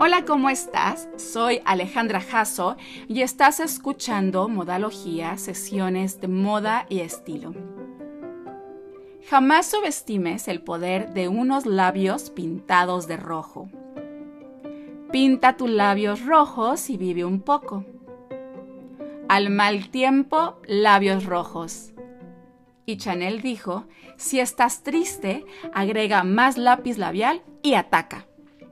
Hola, ¿cómo estás? Soy Alejandra Jasso y estás escuchando Modalogía, sesiones de moda y estilo. Jamás subestimes el poder de unos labios pintados de rojo. Pinta tus labios rojos y vive un poco. Al mal tiempo, labios rojos. Y Chanel dijo, si estás triste, agrega más lápiz labial y ataca.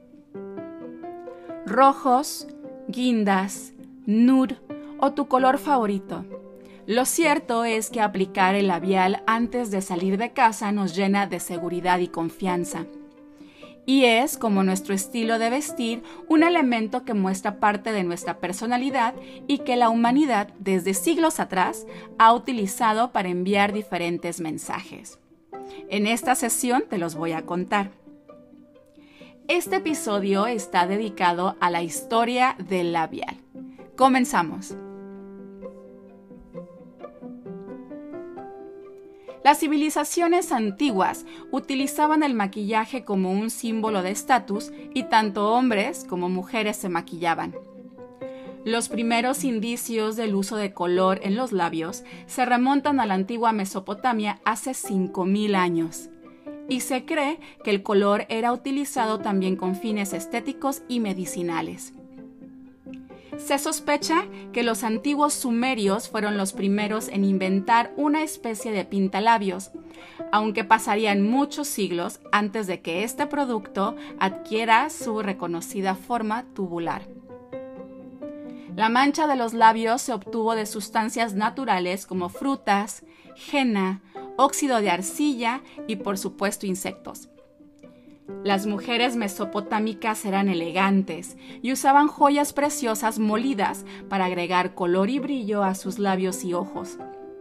Rojos, guindas, nude o tu color favorito. Lo cierto es que aplicar el labial antes de salir de casa nos llena de seguridad y confianza. Y es, como nuestro estilo de vestir, un elemento que muestra parte de nuestra personalidad y que la humanidad, desde siglos atrás, ha utilizado para enviar diferentes mensajes. En esta sesión te los voy a contar. Este episodio está dedicado a la historia del labial. Comenzamos. Las civilizaciones antiguas utilizaban el maquillaje como un símbolo de estatus y tanto hombres como mujeres se maquillaban. Los primeros indicios del uso de color en los labios se remontan a la antigua Mesopotamia hace 5000 años. Y se cree que el color era utilizado también con fines estéticos y medicinales. Se sospecha que los antiguos sumerios fueron los primeros en inventar una especie de pintalabios, aunque pasarían muchos siglos antes de que este producto adquiera su reconocida forma tubular. La mancha de los labios se obtuvo de sustancias naturales como frutas, henna, óxido de arcilla y, por supuesto, insectos. Las mujeres mesopotámicas eran elegantes y usaban joyas preciosas molidas para agregar color y brillo a sus labios y ojos.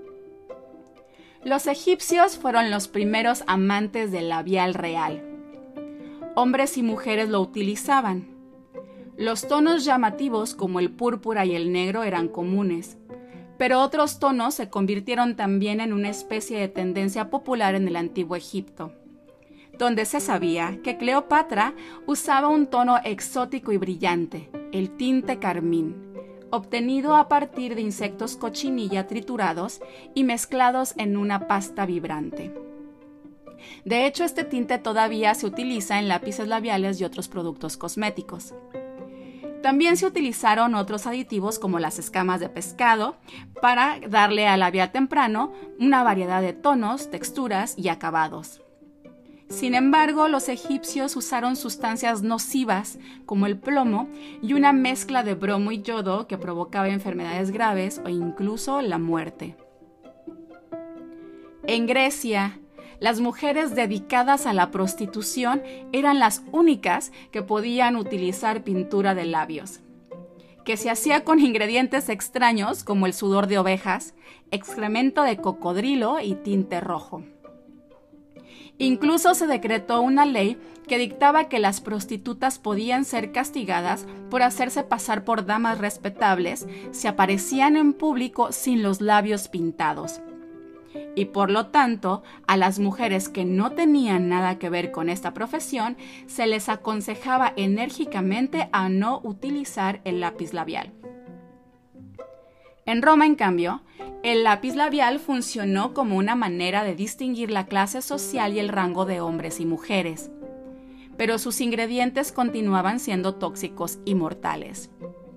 Los egipcios fueron los primeros amantes del labial real. Hombres y mujeres lo utilizaban. Los tonos llamativos como el púrpura y el negro eran comunes, pero otros tonos se convirtieron también en una especie de tendencia popular en el antiguo Egipto, donde se sabía que Cleopatra usaba un tono exótico y brillante, el tinte carmín, obtenido a partir de insectos cochinilla triturados y mezclados en una pasta vibrante. De hecho, este tinte todavía se utiliza en lápices labiales y otros productos cosméticos. También se utilizaron otros aditivos como las escamas de pescado para darle al labial temprano una variedad de tonos, texturas y acabados. Sin embargo, los egipcios usaron sustancias nocivas como el plomo y una mezcla de bromo y yodo que provocaba enfermedades graves o incluso la muerte. En Grecia, las mujeres dedicadas a la prostitución eran las únicas que podían utilizar pintura de labios, que se hacía con ingredientes extraños como el sudor de ovejas, excremento de cocodrilo y tinte rojo. Incluso se decretó una ley que dictaba que las prostitutas podían ser castigadas por hacerse pasar por damas respetables si aparecían en público sin los labios pintados. Y por lo tanto, a las mujeres que no tenían nada que ver con esta profesión, se les aconsejaba enérgicamente a no utilizar el lápiz labial. En Roma, en cambio, el lápiz labial funcionó como una manera de distinguir la clase social y el rango de hombres y mujeres, pero sus ingredientes continuaban siendo tóxicos y mortales.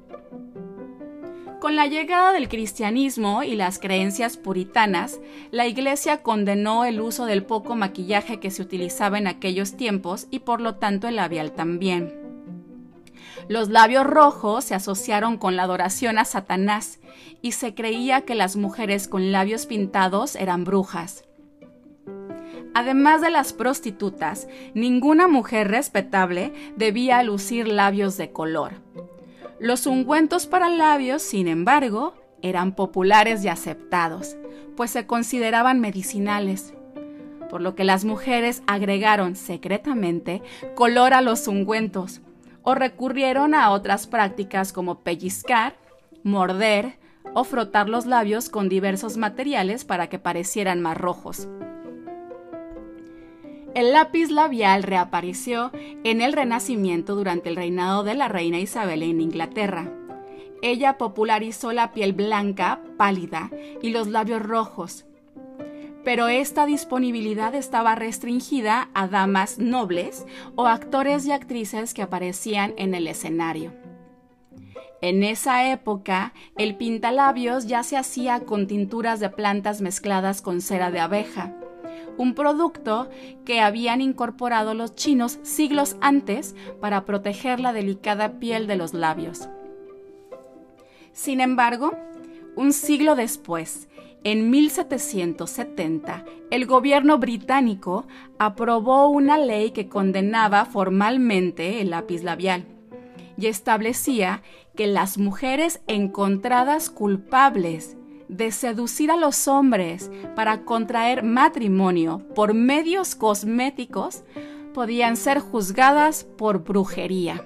Con la llegada del cristianismo y las creencias puritanas, la Iglesia condenó el uso del poco maquillaje que se utilizaba en aquellos tiempos y por lo tanto el labial también. Los labios rojos se asociaron con la adoración a Satanás y se creía que las mujeres con labios pintados eran brujas. Además de las prostitutas, ninguna mujer respetable debía lucir labios de color. Los ungüentos para labios, sin embargo, eran populares y aceptados, pues se consideraban medicinales, por lo que las mujeres agregaron secretamente color a los ungüentos o recurrieron a otras prácticas como pellizcar, morder o frotar los labios con diversos materiales para que parecieran más rojos. El lápiz labial reapareció en el Renacimiento durante el reinado de la reina Isabel en Inglaterra. Ella popularizó la piel blanca, pálida y los labios rojos. Pero esta disponibilidad estaba restringida a damas nobles o actores y actrices que aparecían en el escenario. En esa época, el pintalabios ya se hacía con tinturas de plantas mezcladas con cera de abeja, un producto que habían incorporado los chinos siglos antes para proteger la delicada piel de los labios. Sin embargo, un siglo después, en 1770, el gobierno británico aprobó una ley que condenaba formalmente el lápiz labial y establecía que las mujeres encontradas culpables de seducir a los hombres para contraer matrimonio por medios cosméticos podían ser juzgadas por brujería.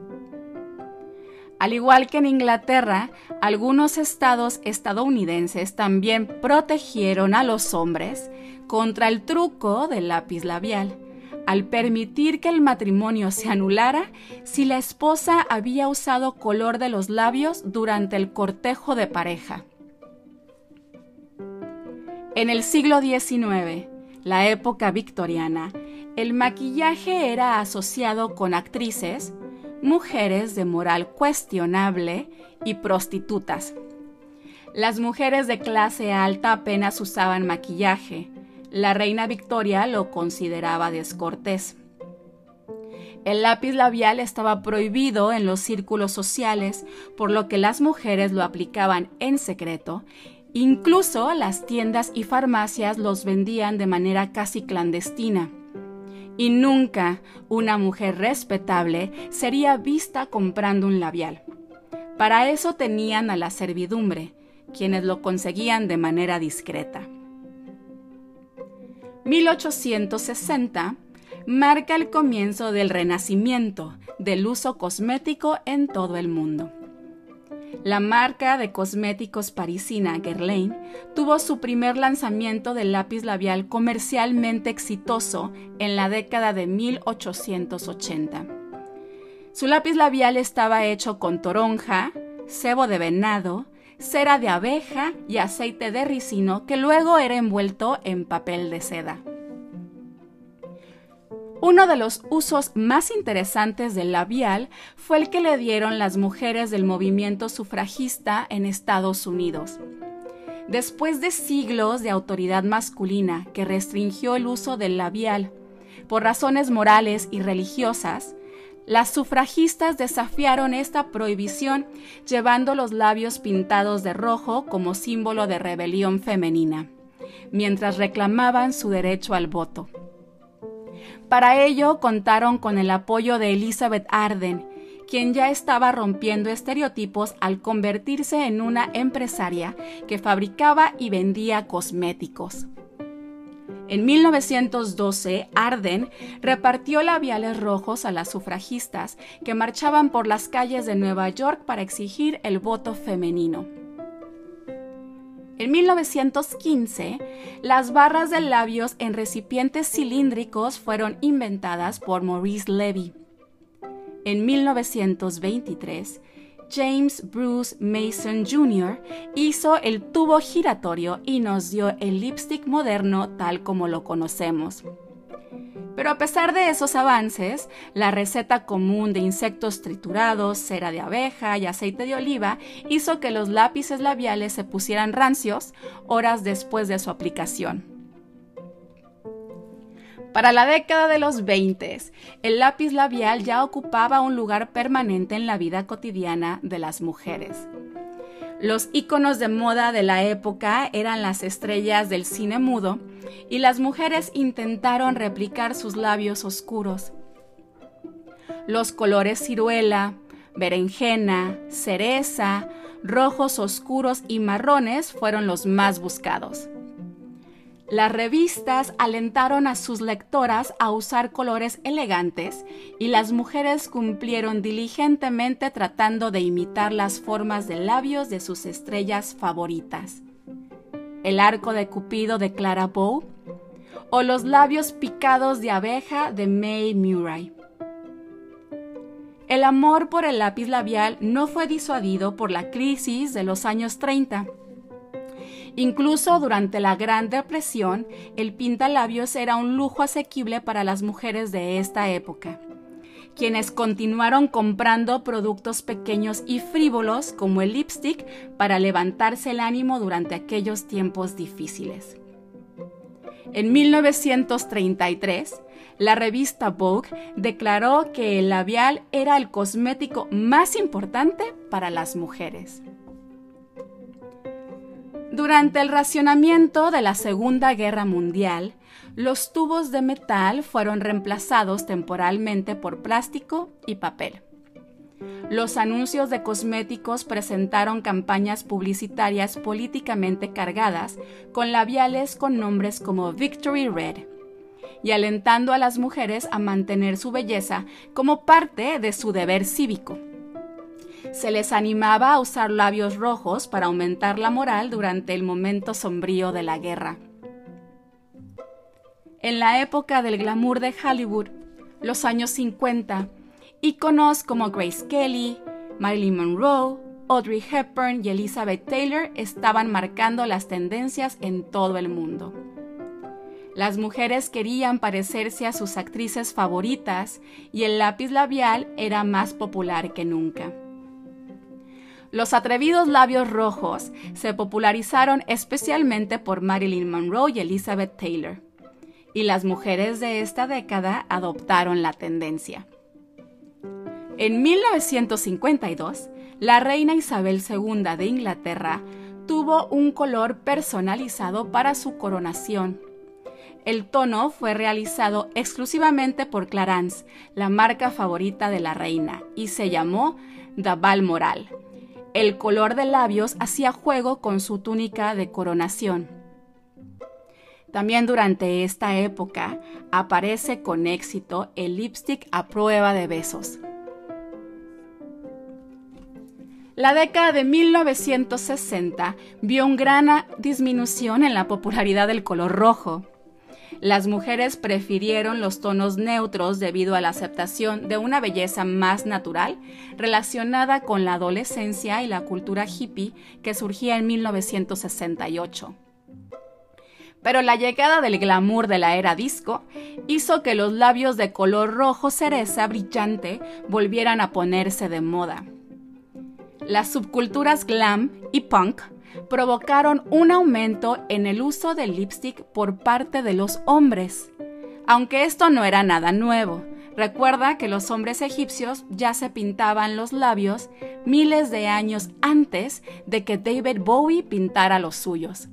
Al igual que en Inglaterra, algunos estados estadounidenses también protegieron a los hombres contra el truco del lápiz labial, al permitir que el matrimonio se anulara si la esposa había usado color de los labios durante el cortejo de pareja. En el siglo XIX, la época victoriana, el maquillaje era asociado con actrices, mujeres de moral cuestionable y prostitutas. Las mujeres de clase alta apenas usaban maquillaje. La reina Victoria lo consideraba descortés. El lápiz labial estaba prohibido en los círculos sociales, por lo que las mujeres lo aplicaban en secreto. Incluso las tiendas y farmacias los vendían de manera casi clandestina. Y nunca una mujer respetable sería vista comprando un labial. Para eso tenían a la servidumbre, quienes lo conseguían de manera discreta. 1860 marca el comienzo del Renacimiento del uso cosmético en todo el mundo. La marca de cosméticos parisina Guerlain tuvo su primer lanzamiento del lápiz labial comercialmente exitoso en la década de 1880. Su lápiz labial estaba hecho con toronja, sebo de venado, cera de abeja y aceite de ricino que luego era envuelto en papel de seda. Uno de los usos más interesantes del labial fue el que le dieron las mujeres del movimiento sufragista en Estados Unidos. Después de siglos de autoridad masculina que restringió el uso del labial por razones morales y religiosas, las sufragistas desafiaron esta prohibición llevando los labios pintados de rojo como símbolo de rebelión femenina, mientras reclamaban su derecho al voto. Para ello contaron con el apoyo de Elizabeth Arden, quien ya estaba rompiendo estereotipos al convertirse en una empresaria que fabricaba y vendía cosméticos. En 1912, Arden repartió labiales rojos a las sufragistas que marchaban por las calles de Nueva York para exigir el voto femenino. En 1915, las barras de labios en recipientes cilíndricos fueron inventadas por Maurice Levy. En 1923, James Bruce Mason Jr. hizo el tubo giratorio y nos dio el lipstick moderno tal como lo conocemos. Pero a pesar de esos avances, la receta común de insectos triturados, cera de abeja y aceite de oliva hizo que los lápices labiales se pusieran rancios horas después de su aplicación. Para la década de los 20, el lápiz labial ya ocupaba un lugar permanente en la vida cotidiana de las mujeres. Los íconos de moda de la época eran las estrellas del cine mudo y las mujeres intentaron replicar sus labios oscuros. Los colores ciruela, berenjena, cereza, rojos oscuros y marrones fueron los más buscados. Las revistas alentaron a sus lectoras a usar colores elegantes y las mujeres cumplieron diligentemente tratando de imitar las formas de labios de sus estrellas favoritas. El arco de Cupido de Clara Bow o Los labios picados de abeja de Mae Murray. El amor por el lápiz labial no fue disuadido por la crisis de los años 30. Incluso durante la Gran Depresión, el pintalabios era un lujo asequible para las mujeres de esta época, quienes continuaron comprando productos pequeños y frívolos como el lipstick para levantarse el ánimo durante aquellos tiempos difíciles. En 1933, la revista Vogue declaró que el labial era el cosmético más importante para las mujeres. Durante el racionamiento de la Segunda Guerra Mundial, los tubos de metal fueron reemplazados temporalmente por plástico y papel. Los anuncios de cosméticos presentaron campañas publicitarias políticamente cargadas con labiales con nombres como Victory Red, y alentando a las mujeres a mantener su belleza como parte de su deber cívico. Se les animaba a usar labios rojos para aumentar la moral durante el momento sombrío de la guerra. En la época del glamour de Hollywood, los años 50, íconos como Grace Kelly, Marilyn Monroe, Audrey Hepburn y Elizabeth Taylor estaban marcando las tendencias en todo el mundo. Las mujeres querían parecerse a sus actrices favoritas y el lápiz labial era más popular que nunca. Los atrevidos labios rojos se popularizaron especialmente por Marilyn Monroe y Elizabeth Taylor, y las mujeres de esta década adoptaron la tendencia. En 1952, la reina Isabel II de Inglaterra tuvo un color personalizado para su coronación. El tono fue realizado exclusivamente por Clarins, la marca favorita de la reina, y se llamó The Balmoral. El color de labios hacía juego con su túnica de coronación. También durante esta época aparece con éxito el lipstick a prueba de besos. La década de 1960 vio una gran disminución en la popularidad del color rojo. Las mujeres prefirieron los tonos neutros debido a la aceptación de una belleza más natural relacionada con la adolescencia y la cultura hippie que surgía en 1968. Pero la llegada del glamour de la era disco hizo que los labios de color rojo cereza brillante volvieran a ponerse de moda. Las subculturas glam y punk provocaron un aumento en el uso del lipstick por parte de los hombres, aunque esto no era nada nuevo. Recuerda que los hombres egipcios ya se pintaban los labios miles de años antes de que David Bowie pintara los suyos.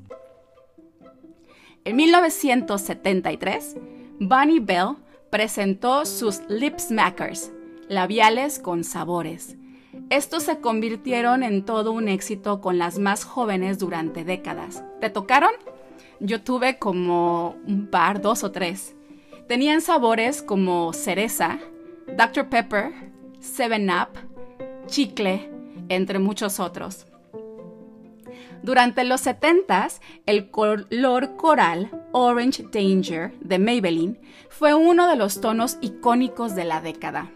En 1973, Bunny Bell presentó sus Lip Smackers, labiales con sabores. Estos se convirtieron en todo un éxito con las más jóvenes durante décadas. ¿Te tocaron? Yo tuve como un par, 2 o 3. Tenían sabores como cereza, Dr. Pepper, 7-Up, chicle, entre muchos otros. Durante los 70s, el color coral Orange Danger de Maybelline fue uno de los tonos icónicos de la década.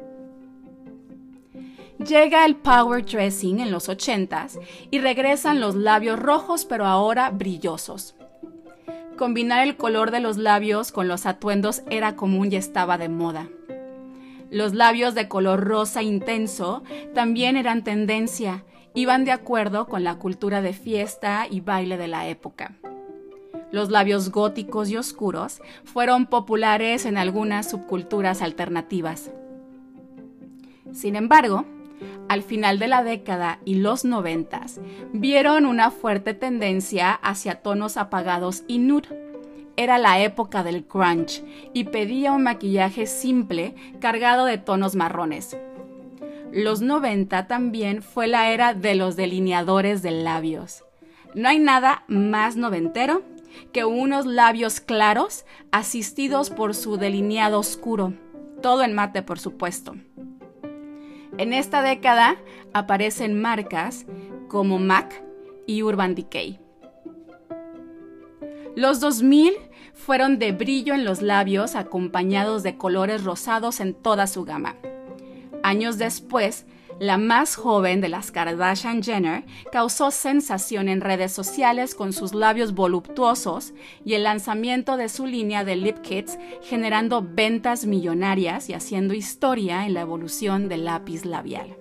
Llega el power dressing en los 80s y regresan los labios rojos pero ahora brillosos. Combinar el color de los labios con los atuendos era común y estaba de moda. Los labios de color rosa intenso también eran tendencia, iban de acuerdo con la cultura de fiesta y baile de la época. Los labios góticos y oscuros fueron populares en algunas subculturas alternativas. Sin embargo, al final de la década y los 90s, vieron una fuerte tendencia hacia tonos apagados y nude. Era la época del grunge y pedía un maquillaje simple cargado de tonos marrones. Los 90 también fue la era de los delineadores de labios. No hay nada más noventero que unos labios claros asistidos por su delineado oscuro, todo en mate por supuesto. En esta década aparecen marcas como MAC y Urban Decay. Los 2000 fueron de brillo en los labios acompañados de colores rosados en toda su gama. Años después, la más joven de las Kardashian-Jenner causó sensación en redes sociales con sus labios voluptuosos y el lanzamiento de su línea de lip kits, generando ventas millonarias y haciendo historia en la evolución del lápiz labial.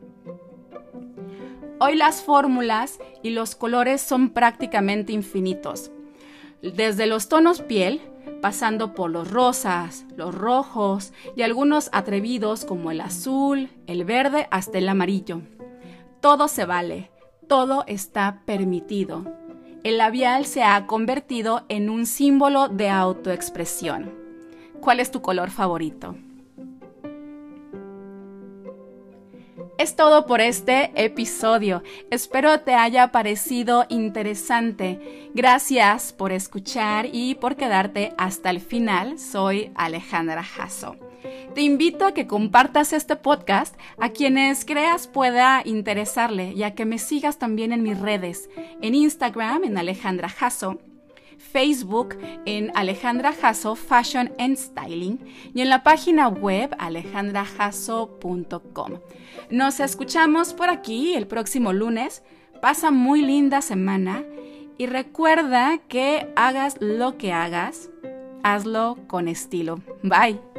Hoy las fórmulas y los colores son prácticamente infinitos, desde los tonos piel, pasando por los rosas, los rojos y algunos atrevidos como el azul, el verde hasta el amarillo. Todo se vale, todo está permitido. El labial se ha convertido en un símbolo de autoexpresión. ¿Cuál es tu color favorito? Es todo por este episodio. Espero te haya parecido interesante. Gracias por escuchar y por quedarte hasta el final. Soy Alejandra Jasso. Te invito a que compartas este podcast a quienes creas pueda interesarle y a que me sigas también en mis redes, en Instagram en Alejandra Jasso, Facebook en Alejandra Jasso Fashion and Styling y en la página web alejandrajasso.com. Nos escuchamos por aquí el próximo lunes. Pasa muy linda semana y recuerda que hagas lo que hagas, hazlo con estilo. Bye.